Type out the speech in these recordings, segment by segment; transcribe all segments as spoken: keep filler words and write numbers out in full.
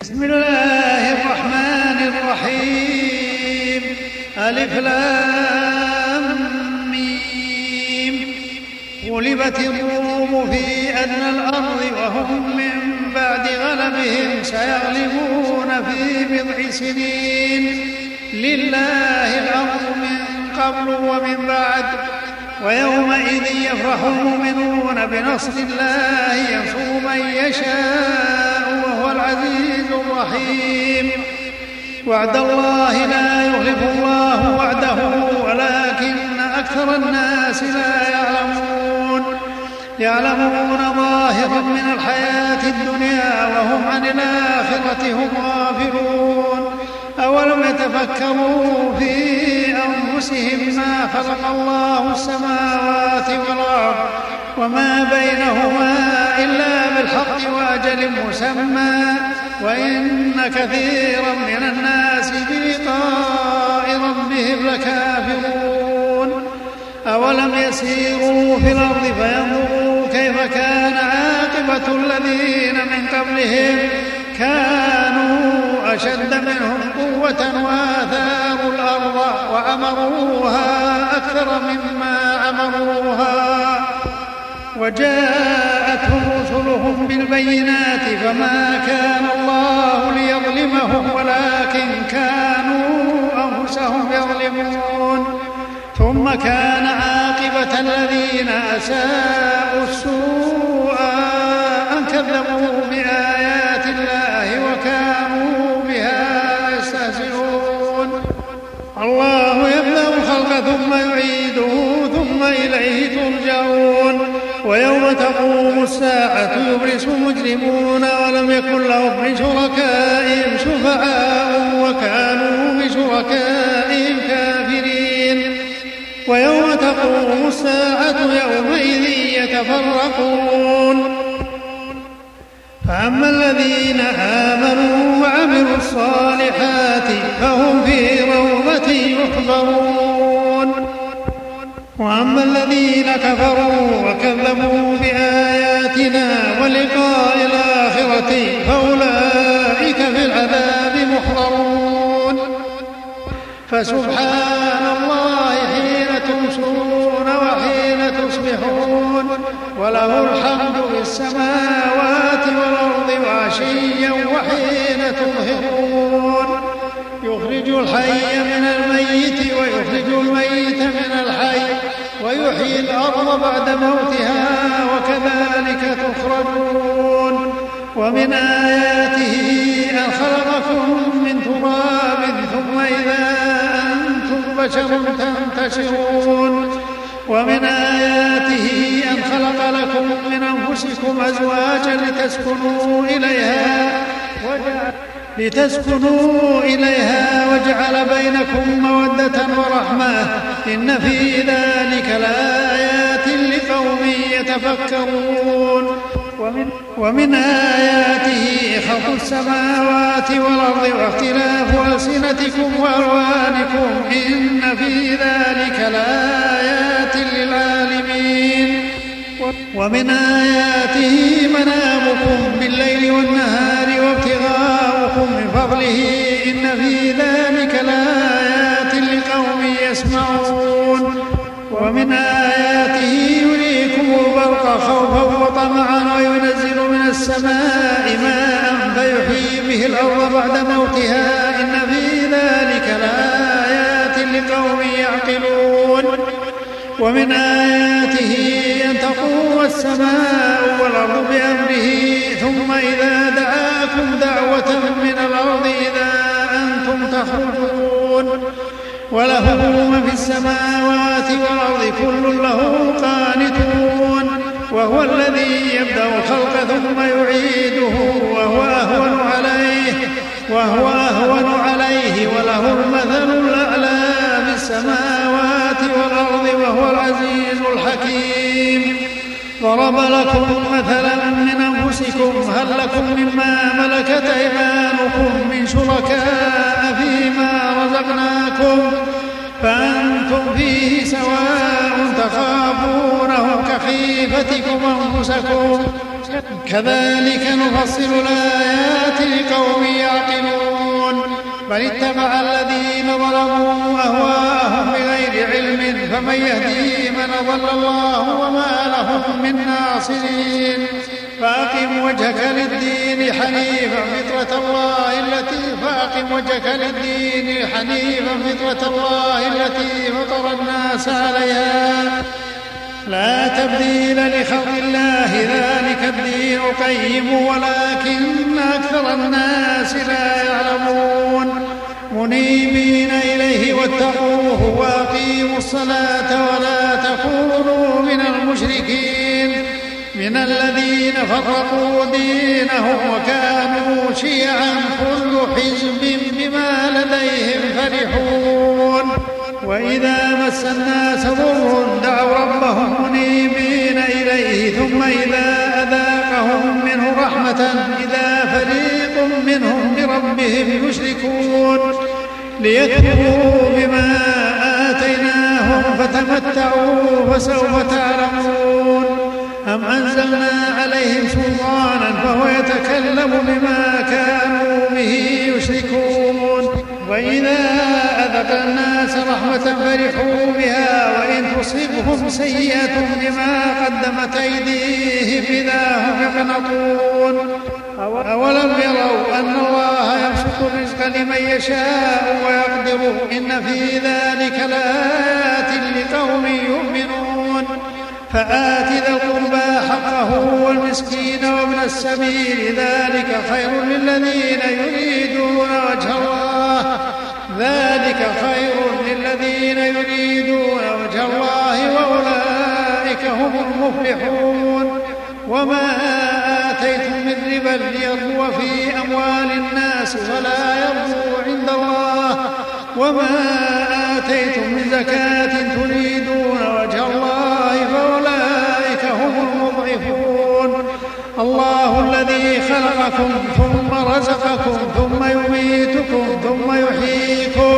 بسم الله الرحمن الرحيم. ألف لام ميم. غلبت الروم في أدنى الأرض وهم من بعد غلبهم سيغلبون في بضع سنين. لله الأمر من قبل ومن بعد. ويومئذ يفرح المؤمنون بنصر الله ينصر من يشاء وهو العزيز الرحيم. وعد الله لا يخلف الله وعده ولكن أكثر الناس لا يعلمون. يعلمون ظاهرا من الحياة الدنيا وهم عن الآخرة هم غافلون. أولم يتفكروا في أنفسهم ما خلق الله السماوات والأرض وما بينهما إلا بالحق وأجل مسمى وإن كثيرا من الناس بلقاء ربهم لكافرون. أولم يسيروا في الأرض فينظروا كيف كان عاقبة الذين من قبلهم كانوا أشد منهم قوة وآثاروا الأرض وعمروها أكثر مما عمروها وجاءتهم رسلهم بالبينات فما كان الله ليظلمهم ولكن كانوا أنفسهم يظلمون. ثم كان عاقبة الذين أساءوا السوء أن كذبوا بآيات الله وكانوا بها يستهزئون. الله يبدأ الخلق ثم يعيده ثم إليه ترجعون. ويوم تقوم الساعة يبلس المجرمون ولم يكن لهم من شركائهم شفعاء وكانوا بشركائهم كافرين. ويوم تقوم الساعة يومئذ يتفرقون. فأما الذين آمنوا وعملوا الصالحات فهم في روضة يحبرون. وأما الذين كفروا وكذبوا بآياتنا ولقاء الآخرة فأولئك في العذاب محضرون. فسبحان الله حين تمسون وحين تصبحون وله الحمد في السماوات والأرض وعشيا وحين تظهرون. يخرج الحي من الميت ويخرج الميت من الحي ويحيي الأرض بعد موتها وكذلك تخرجون. ومن آياته أن خلقكم من تراب ثم إذا أنتم بشر تنتشرون. ومن آياته أن خلق لكم من أنفسكم أزواجا لتسكنوا إليها وجعل لتسكنوا إليها وجعل بينكم مودة ورحمة إن في ذلك لآيات لقوم يتفكرون. ومن, ومن آياته خلق السماوات والأرض واختلاف ألسنتكم وألوانكم إن في ذلك لآيات للعالمين. ومن آياته منامكم بالليل والنهار وابتغاؤكم من فضله إن في ذلك لآيات لقوم يسمعون. ومن آياته يريكم البرق خوفا وطمعا وينزل من السماء ماء فيحيي به الأرض بعد موتها إن في ذلك لآيات لقوم يعقلون. ومن آياته أن تقوم السماء والأرض بأمره ثم إذا دعاكم دعوة من الأرض إذا أنتم تخرجون. وله من في السماوات والأرض كل له قانتون. وهو الذي يبدأ الخلق ثم يعيده وهو أهون عليه وهو أهون عليه وله المثل الأعلى في السماوات والأرض وهو العزيز الحكيم. ضرب لكم مثلا من أنفسكم هل لكم مما ملكت أيمانكم من شركاء فيما رزقناكم فأنتم فيه سواء تخافونهم كخيفتكم أنفسكم كذلك نفصل الآيات لقوم بل اتبع الذين ظلموا أهواءهم بغير علم فمن يهدي من أضل الله وما لهم من ناصرين فأقم وجهك للدين حنيفا فطرة الله التي فأقم وجهك للدين حنيفا فطرة الله التي فطر الناس عليها لا تبديل لخلق الله ذلك الدين القيم ولكن أكثر الناس لا يعلمون منيبين إليه واتقوه وأقيموا الصلاة ولا تكونوا من المشركين من الذين فرقوا دينهم وكانوا شيعا كل حزب بما لديهم فرحون وإذا مس الناس ضر دعوا ربهم منيبين إليه ثم إذا أذاقهم منه رحمة إذا فريق منهم بربهم يشركون ليكفروا بما آتيناهم فتمتعوا فسوف تعلمون أم أنزلنا عليهم سلطانا فهو يتكلم بما كانوا به يشركون وإذا أذقنا الناس رحمة فرحوا بها وإن تصبهم سيئة بما قدمت أيديهم إذا هم يقنطون أولم يروا أن الله يبسط الرزق لمن يشاء ويقدر إن في ذلك لآيات لقوم يؤمنون فآت ذا القربى حقه والمسكين وابن السبيل ذلك خير للذين يريدون وجه الله ذلك خير للذين يريدون وجه الله وأولئك هم المفلحون وما آتيتم من ربا ليربو في أموال الناس ولا يربو عند الله وما آتيتم من زكاة تريدون وجه الله فأولئك هم المضعفون الله الذي خلقكم ثم رزقكم ثم يميتكم ثم يحييكم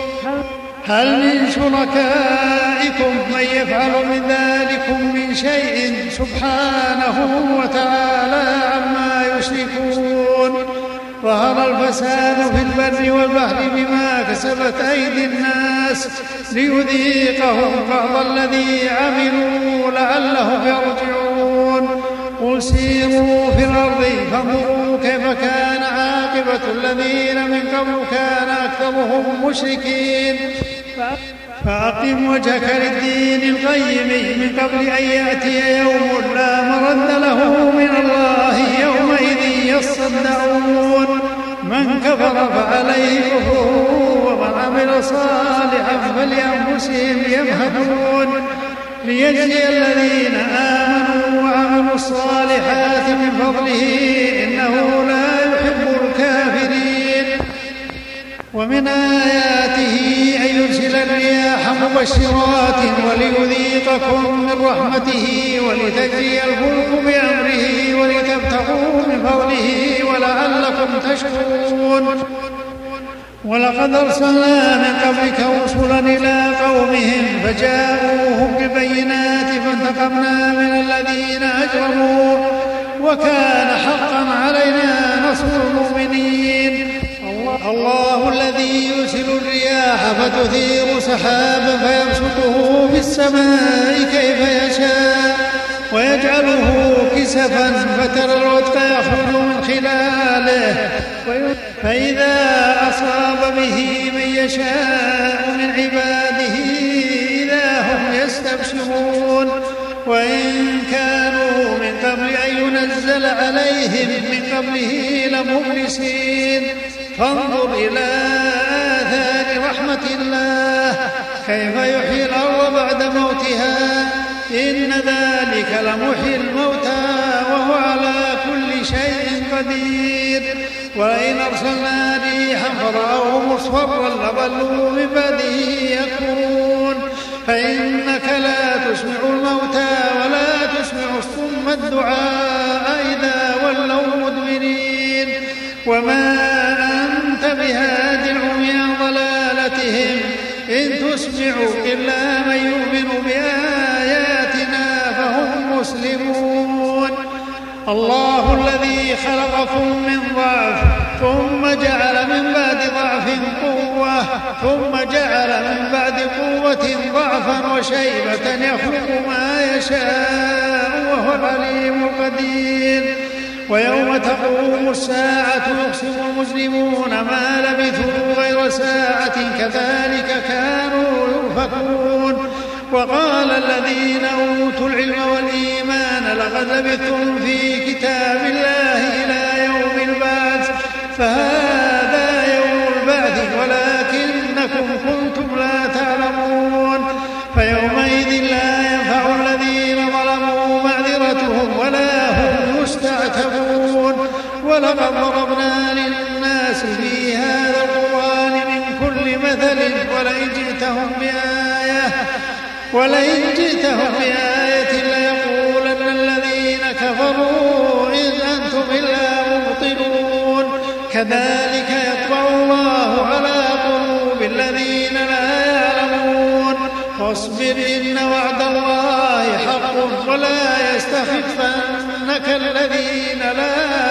هل من شركائكم من يفعل من ذلكم من شيء سبحانه وتعالى عما يشركون ظهر الفساد في البر والبحر بما كسبت أيدي الناس ليذيقهم بعض الذي عملوا لعلهم يرجعون قل سيروا في الأرض فانظروا كيف كان عاقبة الذين من قبل كان أكثرهم مشركين فأقم وجهك للدين القيم من قبل أن يأتي يوم لا مرد له من الله يومئذ يصدعون من كفر فعليه كفره ومن عمل صالحا فلأنفسهم يمهدون ليجزي الذين آمنوا وعملوا الصالحات من فضله إنه لا يحب الكافرين ومن آياته أن يرسل الرياح مبشرات وليذيقكم من رحمته ولتجري الفلك بأمره ولتبتغوا من فضله ولعلكم تشكرون ولقد أرسلنا من قبلك رسلا إلى قومهم فجاءوهم بالبينات فانتقمنا من الذين أجرموا وكان حقا علينا نصر المؤمنين الله الذي يرسل الرياح فتثير سحابا فيبسطه في السماء كيف يشاء ويجعله كسفا فترى الودق يخرج من خلاله فإذا أصاب به من يشاء من عباده إذا هم يستبشرون وإن كانوا من قبل أن ينزل عليهم من قبله لمبلسين فانظر إلى آثار رحمة الله كيف يحيي الأرض بعد موتها إن ذلك لمحيي الموتى وهو على كل شيء قدير وإن أرسلنا ريحا فرأوه مصفرا لظلوا من بعده يكفرون فإنك لا تسمع الموتى ولا تسمع الصم الدعاء إذا ولوا مدبرين وما أنت بهاد العمي عن ضلالتهم إن تسمع إلا من يؤمن بآياتنا فهم مسلمون الله الذي خلقكم من ضعف ثم جعل من بعد ضعف ثم جعل من بعد قوة ضعفا وشيبة يخلق ما يشاء وهو العليم القدير. ويوم تقوم الساعة يقسم المجرمون ما لبثوا غير ساعة كذلك كانوا يؤفكون. وقال الذين أوتوا العلم والإيمان لقد لبثتم في كتاب الله إلى يوم البعث فهذا يوم البعث ولكنكم كنتم لا تعلمون. فيومئذ لا ينفع الذين ظلموا معذرتهم ولا هم يستعتبون. ولقد ضربنا للناس في هذا القرآن من كل مثل ولئن جئتهم بآية ولئن جئتهم بآية ليقولن الذين كفروا إن أنتم إلا مبطلون. كذلك يطبع الله على قلوب الذين لا يعلمون. فاصبر إن وعد الله حق ولا يستخفنك الذين لا